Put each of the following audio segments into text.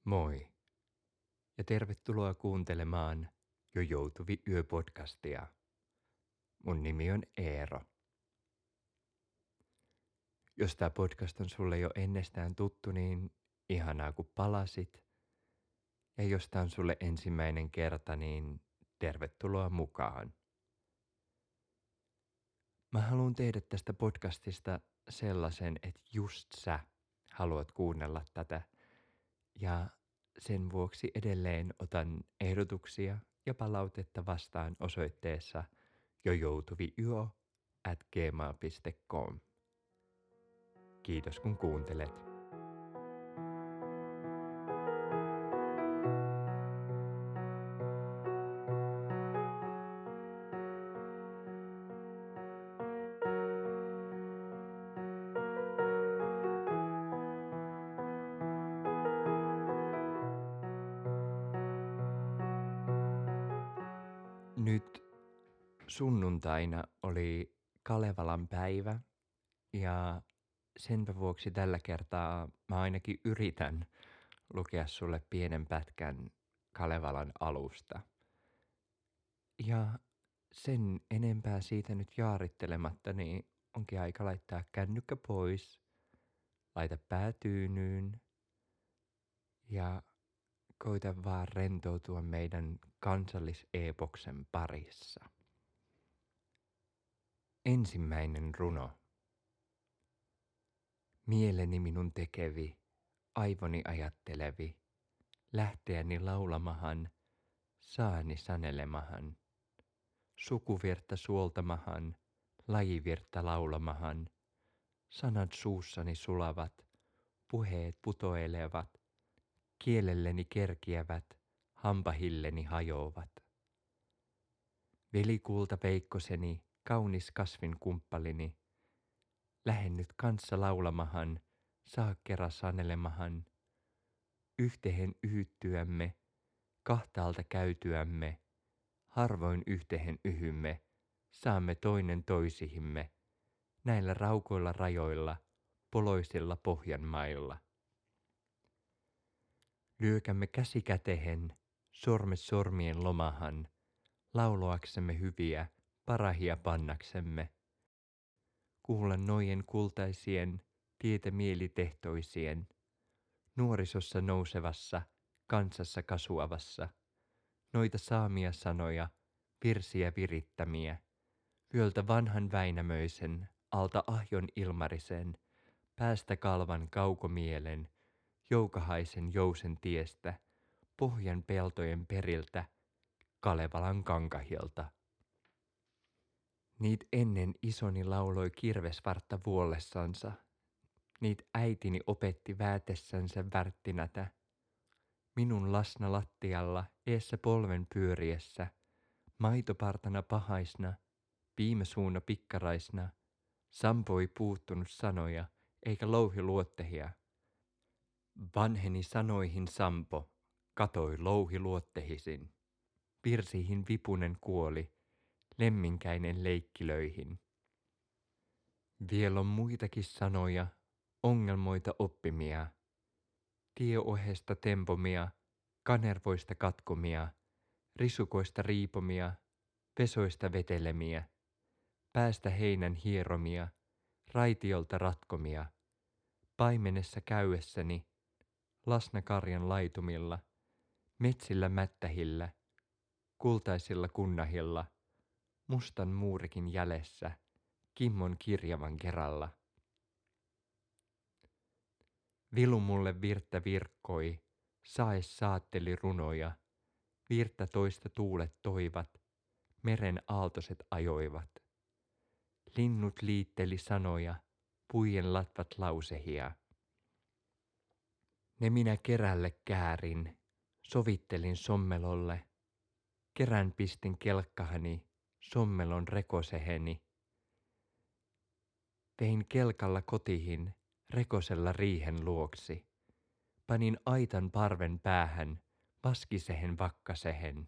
Moi ja tervetuloa kuuntelemaan Jo joutuvi yö-podcastia. Mun nimi on Eero. Jos tää podcast on sulle jo ennestään tuttu, niin ihanaa kun palasit. Ja jos tää on sulle ensimmäinen kerta, niin tervetuloa mukaan. Mä haluan tehdä tästä podcastista sellaisen, että just sä haluat kuunnella tätä. Ja sen vuoksi edelleen otan ehdotuksia ja palautetta vastaan osoitteessa jojoutuviyö@gmail.com. Kiitos kun kuuntelet. Nyt sunnuntaina oli Kalevalan päivä ja senpä vuoksi tällä kertaa mä ainakin yritän lukea sulle pienen pätkän Kalevalan alusta. Ja sen enempää siitä nyt jaarittelematta, niin onkin aika laittaa kännykkä pois, laita pää tyynyyn ja koita vaan rentoutua meidän kansalliseepoksen parissa. Ensimmäinen runo. Mieleni minun tekevi, aivoni ajattelevi, lähteäni laulamahan, saani sanelemahan, sukuvirta suoltamahan, lajivirta laulamahan, sanat suussani sulavat, puheet putoilevat, kielelleni kerkiävät, hampahilleni hajoavat. Velikulta Peikkoseni, kaunis kasvin kumppalini, lähen nyt kanssa laulamahan, saa kerran sanelemahan, yhtehen yhyttyämme, kahtaalta käytyämme, harvoin yhtehen yhymme, saamme toinen toisihimme, näillä raukoilla rajoilla, poloisilla Pohjanmailla. Lyökämme käsi kätehen, sormet sormien lomahan, lauloaksemme hyviä, parahia pannaksemme. Kuulla nojen kultaisien, tietä mielitehtoisien, nuorisossa nousevassa, kansassa kasuavassa, noita saamia sanoja, virsiä virittämiä, vyöltä vanhan Väinämöisen, alta Ahjon Ilmarisen, päästä kalvan kaukomielen, joukahaisen jousen tiestä, pohjan peltojen periltä, Kalevalan kankahilta. Niit ennen isoni lauloi kirvesvartta vuollessansa, niit äitini opetti väätessänsä värttinätä, minun lasna lattialla eessä polven pyöriessä, maitopartana pahaisna, viime suuna pikkaraisna, Sampo ei puuttunut sanoja eikä louhi luottehia. Vanheni sanoihin Sampo, katoi louhi luottehisin. Virsihin vipunen kuoli, lemminkäinen leikkilöihin. Vielä on muitakin sanoja, ongelmoita oppimia, tieohesta tempomia, kanervoista katkomia, risukoista riipomia, vesoista vetelemiä, päästä heinän hieromia, raitiolta ratkomia, paimenessa käyessäni, lasnakarjan laitumilla, metsillä mättähillä, kultaisilla kunnahilla, mustan muurikin jäljessä, kimmon kirjavan keralla. Vilu mulle virttä virkkoi, saes saatteli runoja, virttä toista tuulet toivat, meren aaltoset ajoivat. Linnut liitteli sanoja, puiden latvat lausehia. Ne minä kerälle käärin, sovittelin sommelolle, kerän pistin kelkkahani, sommelon rekoseheni. Vein kelkalla kotihin, rekosella riihen luoksi, panin aitan parven päähän, vaskisehen vakkasehen.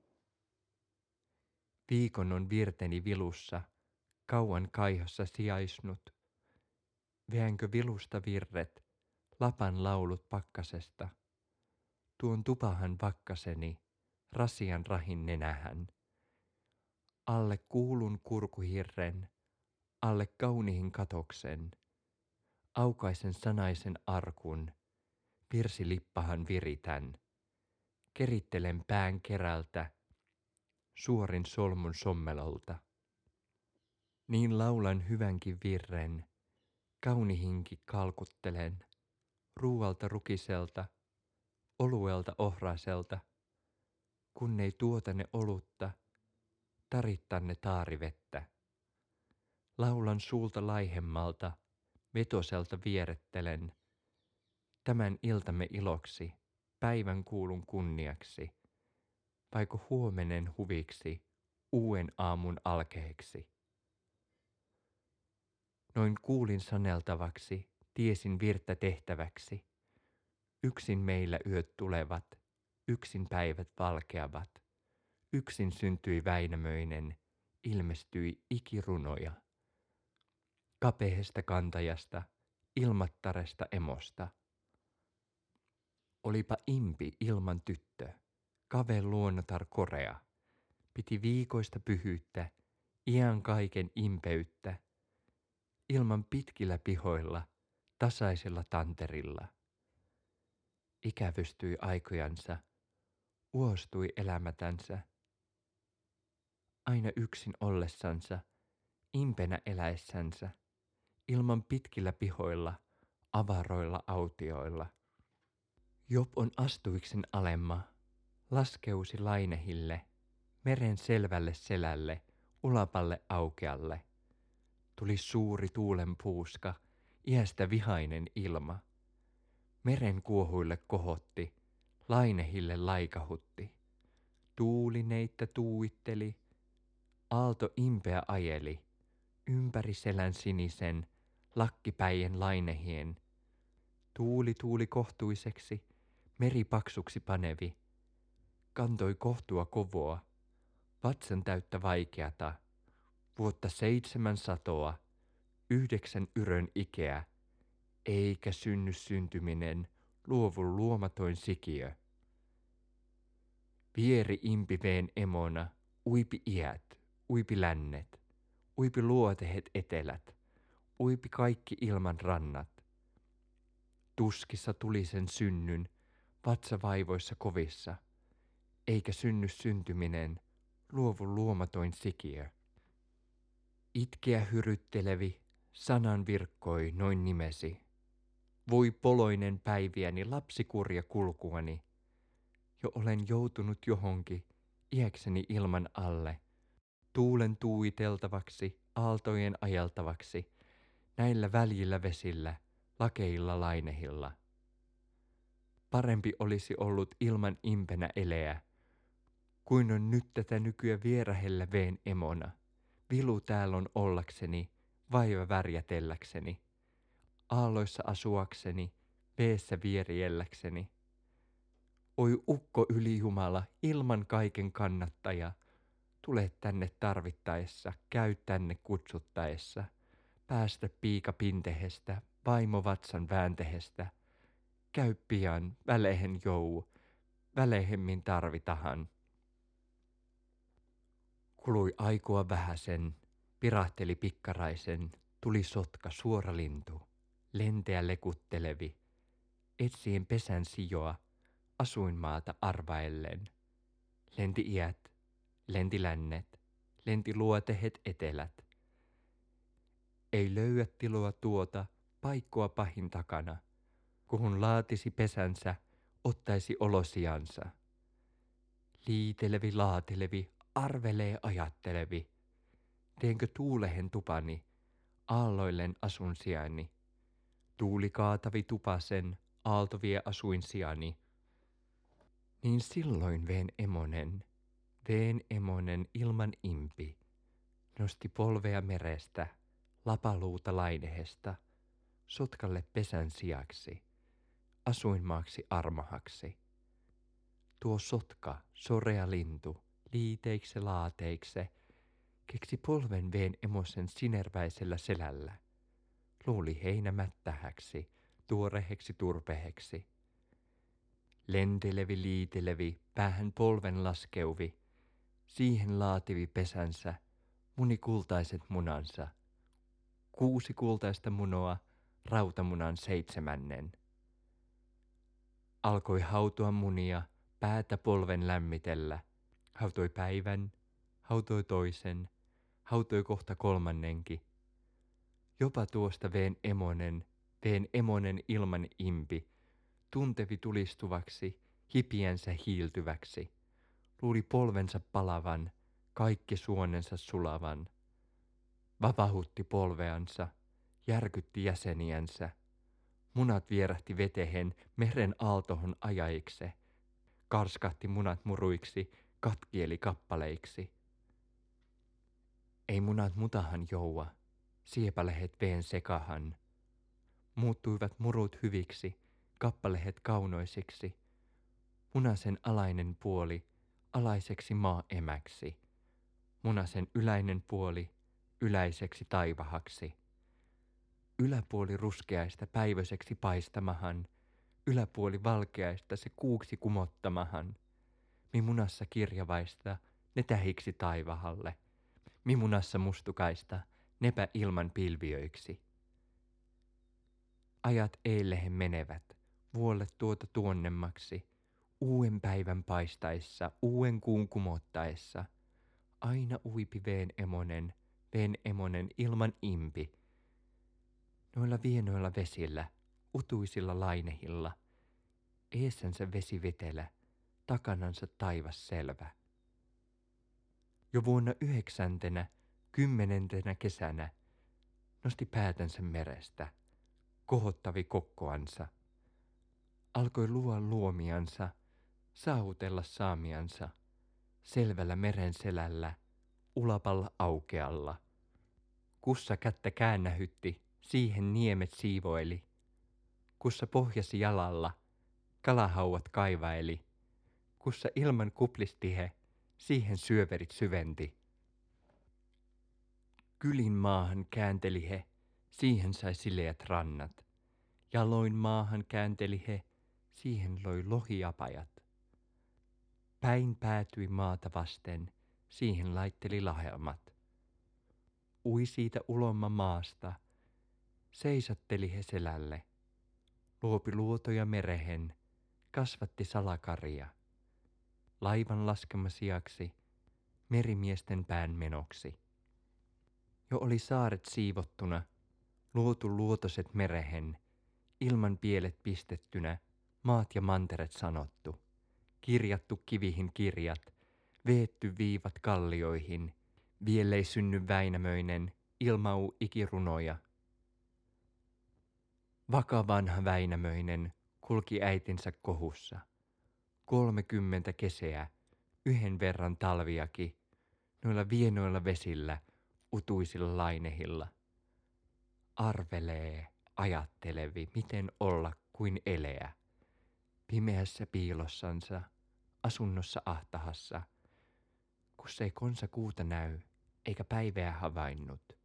Viikon on virteni vilussa, kauan kaihossa sijaisnut. Veänkö vilusta virret, lapan laulut pakkasesta, Tuon tupahan vakkaseni, rasian rahin nenähän. Alle kuulun kurkuhirren, alle kaunihin katoksen. Aukaisen sanaisen arkun, virsilippahan viritän. Kerittelen pään kerältä, suorin solmun sommelolta. Niin laulan hyvänkin virren, kaunihinkin kalkuttelen, ruualta rukiselta, oluelta ohraiselta, kun ei tuota ne olutta, tarittanne taarivettä. Laulan suulta laihemmalta, vetoselta vierettelen, tämän iltamme iloksi, päivän kuulun kunniaksi, vaiko huomenen huviksi, uuden aamun alkeeksi. Noin kuulin saneltavaksi, tiesin virttä tehtäväksi. Yksin meillä yöt tulevat, yksin päivät valkeavat. Yksin syntyi Väinämöinen, ilmestyi ikirunoja. Kapeesta kantajasta, ilmattaresta emosta. Olipa impi ilman tyttö, kave luonnotar korea. Piti viikoista pyhyyttä, iän kaiken impeyttä. Ilman pitkillä pihoilla, tasaisella tanterilla. Ikävystyi aikojansa, uostui elämätänsä. Aina yksin ollessansa, impenä eläessänsä, ilman pitkillä pihoilla, avaroilla autioilla. Job on astuiksen alemma, laskeusi lainehille, meren selvälle selälle, ulapalle aukealle. Tuli suuri tuulen puuska, iästä vihainen ilma. Meren kuohuille kohotti, lainehille laikahutti. Tuuli neittä tuuitteli, aalto impeä ajeli, ympäri selän sinisen, lakkipäien lainehien. Tuuli kohtuiseksi, meri paksuksi panevi, kantoi kohtua kovoa, vatsan täyttä vaikeata, vuotta 700, 9 yrön ikeä, eikä synny syntyminen, luovu luomatoin sikiö. Vieri impi veen emona, uipi iät, uipi lännet, uipi luotehet etelät, uipi kaikki ilman rannat. Tuskissa tuli sen synnyn, vatsavaivoissa kovissa, eikä synny syntyminen, luovu luomatoin sikiö. Itkeä hyryttelevi, sanan virkkoi noin nimesi. Voi poloinen päiviäni, lapsikurja kulkuani, jo olen joutunut johonkin, iäkseni ilman alle, tuulen tuuiteltavaksi, aaltojen ajeltavaksi, näillä väljillä vesillä, lakeilla lainehilla. Parempi olisi ollut ilman impenä eleä, kuin on nyt tätä nykyä vierahellä veen emona. Vilu täällä on ollakseni, vaiva värjätelläkseni, aalloissa asuakseni, veessä vierielläkseni. Oi ukko ylijumala, ilman kaiken kannattaja, tule tänne tarvittaessa, käy tänne kutsuttaessa, päästä piika pintehestä, vaimo vatsan vääntehestä, käy pian, välehen jou, välehemmin tarvitahan. Kului aikoa vähäsen, pirahteli pikkaraisen, tuli sotka suora lintu, lenteä lekuttelevi, etsien pesän sijoa, asuinmaata arvaellen. Lenti iät, lenti lännet, lenti luotehet etelät. Ei löyä tiloa tuota, paikkoa pahin takana, kuhun laatisi pesänsä, ottaisi olosiansa. Liitelevi, laatelevi, arvelee ajattelevi. Teenkö tuulehen tupani, aalloillen asun sijani. Tuuli kaatavi tupasen, aalto vie asuin sijani. Niin silloin veen emonen ilman impi, nosti polvea merestä, lapaluuta lainehesta, sotkalle pesän sijaksi, asuinmaaksi armahaksi. Tuo sotka, sorea lintu, liiteikse laateikse, keksi polven veen emosen sinerväisellä selällä. Luuli heinämättähäksi, tuoreheksi turpeheksi. Lentelevi liitelevi, päähän polven laskeuvi, siihen laativi pesänsä, muni kultaiset munansa. 6 kultaista munoa, rautamunan 7. Alkoi hautoa munia, päätä polven lämmitellä. Hautoi päivän, hautoi toisen, hautoi kohta 3. Jopa tuosta veen emonen ilman impi, tuntevi tulistuvaksi, hipiänsä hiiltyväksi. Luuli polvensa palavan, kaikki suonensa sulavan. Vavahutti polveansa, järkytti jäseniänsä. Munat vierähti vetehen meren aaltohon ajaikse. Karskahti munat muruiksi, katkieli kappaleiksi. Ei munat mutahan joua, siepälehet veen sekahan. Muuttuivat murut hyviksi, kappalehet kaunoisiksi. Munasen alainen puoli alaiseksi maaemäksi. Munasen yläinen puoli yläiseksi taivahaksi. Yläpuoli ruskeaista päivöiseksi paistamahan, yläpuoli valkeaista se kuuksi kumottamahan. Mimunassa kirjavaista ne tähiksi taivahalle, mimunassa mustukaista nepä ilman pilviöiksi. Ajat eilehen menevät, vuolle tuota tuonnemmaksi, uuden päivän paistaessa, uuden kuun kumottaessa. Aina uipi veen emonen ilman impi. Noilla vienoilla vesillä, utuisilla lainehilla, eessänsä vesi vetelä, takanansa taivas selvä. Jo vuonna 9. 10. kesänä nosti päätänsä merestä, kohottavi kokkoansa. Alkoi luo luomiansa, saavutella saamiansa, selvällä meren selällä, ulapalla aukealla. Kussa kättä käännähytti, siihen niemet siivoili. Kussa pohjasi jalalla, kalahauat kaivaili. Kussa ilman kuplisti he, siihen syöverit syventi. Kylin maahan käänteli he, siihen sai sileät rannat. Jaloin maahan käänteli he, siihen loi lohiapajat. Päin päätyi maata vasten, siihen laitteli lahelmat. Ui siitä ulomma maasta, seisatteli he selälle. Luopi luotoja merehen, kasvatti salakaria. Laivan laskema sijaksi, merimiesten pään menoksi. Jo oli saaret siivottuna, luotu luotoset merehen, ilman pielet pistettynä, maat ja manteret sanottu. Kirjattu kivihin kirjat, veetty viivat kallioihin, vielei synny Väinämöinen, ilmau ikirunoja. Vaka vanha Väinämöinen kulki äitinsä kohussa. 30 keseä, yhden verran talviakin, noilla vienoilla vesillä, utuisilla lainehilla. Arvelee, ajattelevi, miten olla kuin eleä. Pimeässä piilossansa, asunnossa ahtahassa, kus ei konsa kuuta näy, eikä päivää havainnut.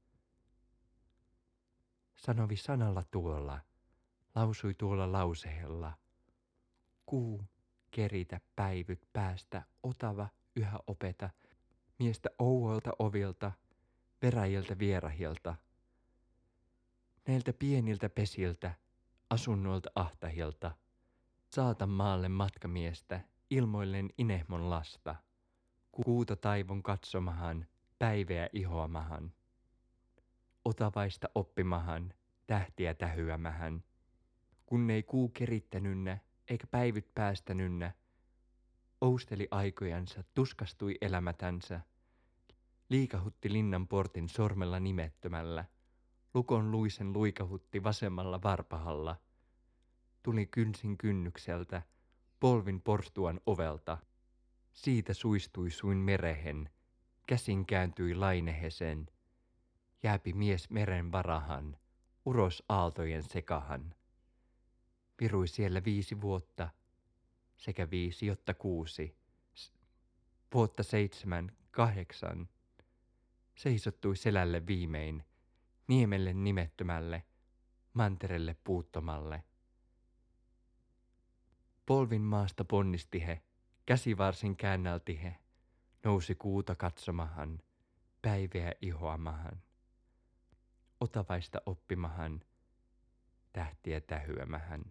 Sanovi sanalla tuolla, lausui tuolla lausehella. Kuu, keritä päivyt päästä, otava yhä opeta, miestä ouolta ovilta, veräjiltä vierahilta. Näiltä pieniltä pesiltä, asunnoilta ahtahilta, saata maalle matkamiestä, ilmoillen inehmon lasta. Kuuta taivon katsomahan, päivää ihoamahan. Otavaista oppimahan, tähtiä tähyämähän. Kun ei kuu kerittänynnä, eikä päivyt päästänynnä, ousteli aikojansa, tuskastui elämätänsä. Liikahutti linnan portin sormella nimettömällä. Lukon luisen luikahutti vasemmalla varpahalla. Tuli kynsin kynnykseltä, polvin porstuan ovelta. Siitä suistui suin merehen, käsin kääntyi lainehesen. Jääpi mies meren varahan, uros aaltojen sekahan. Virui siellä 5 vuotta, sekä 5 jotta 6. Vuotta 7, 8. Seisottui selälle viimein, niemelle nimettömälle, manterelle puuttomalle. Polvin maasta ponnisti he, käsivarsin käännälti he, nousi kuuta katsomahan, päiveä ihoamahan, otavaista oppimahan, tähtiä tähyämähän.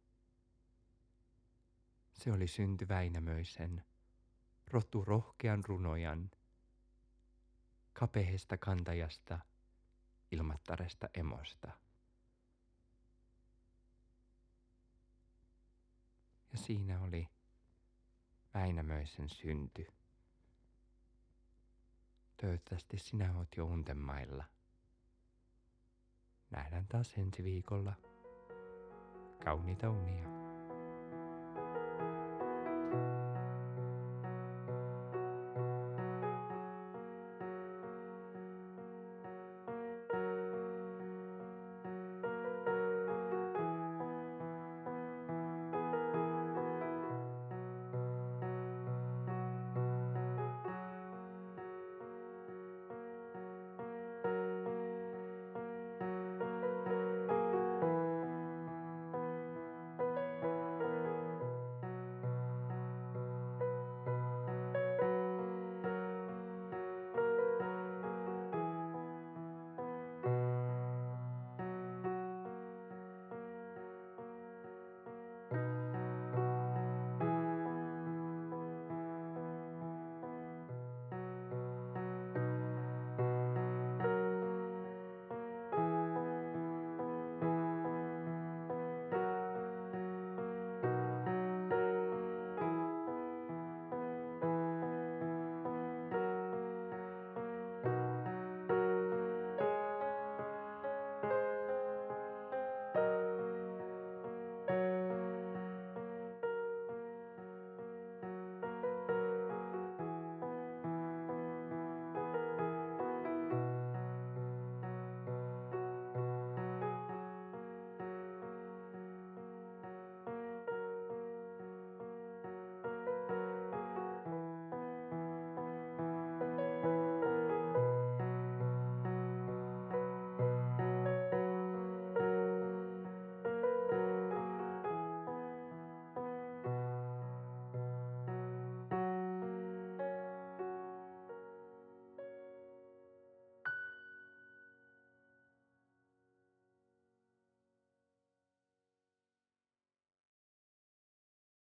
Se oli synty Väinämöisen, rotu rohkean runojan, kapehesta kantajasta, ilmattaresta emosta. Ja siinä oli Väinämöisen synty. Toivottavasti sinä oot jo untemailla. Nähdään taas ensi viikolla. Kauniita unia.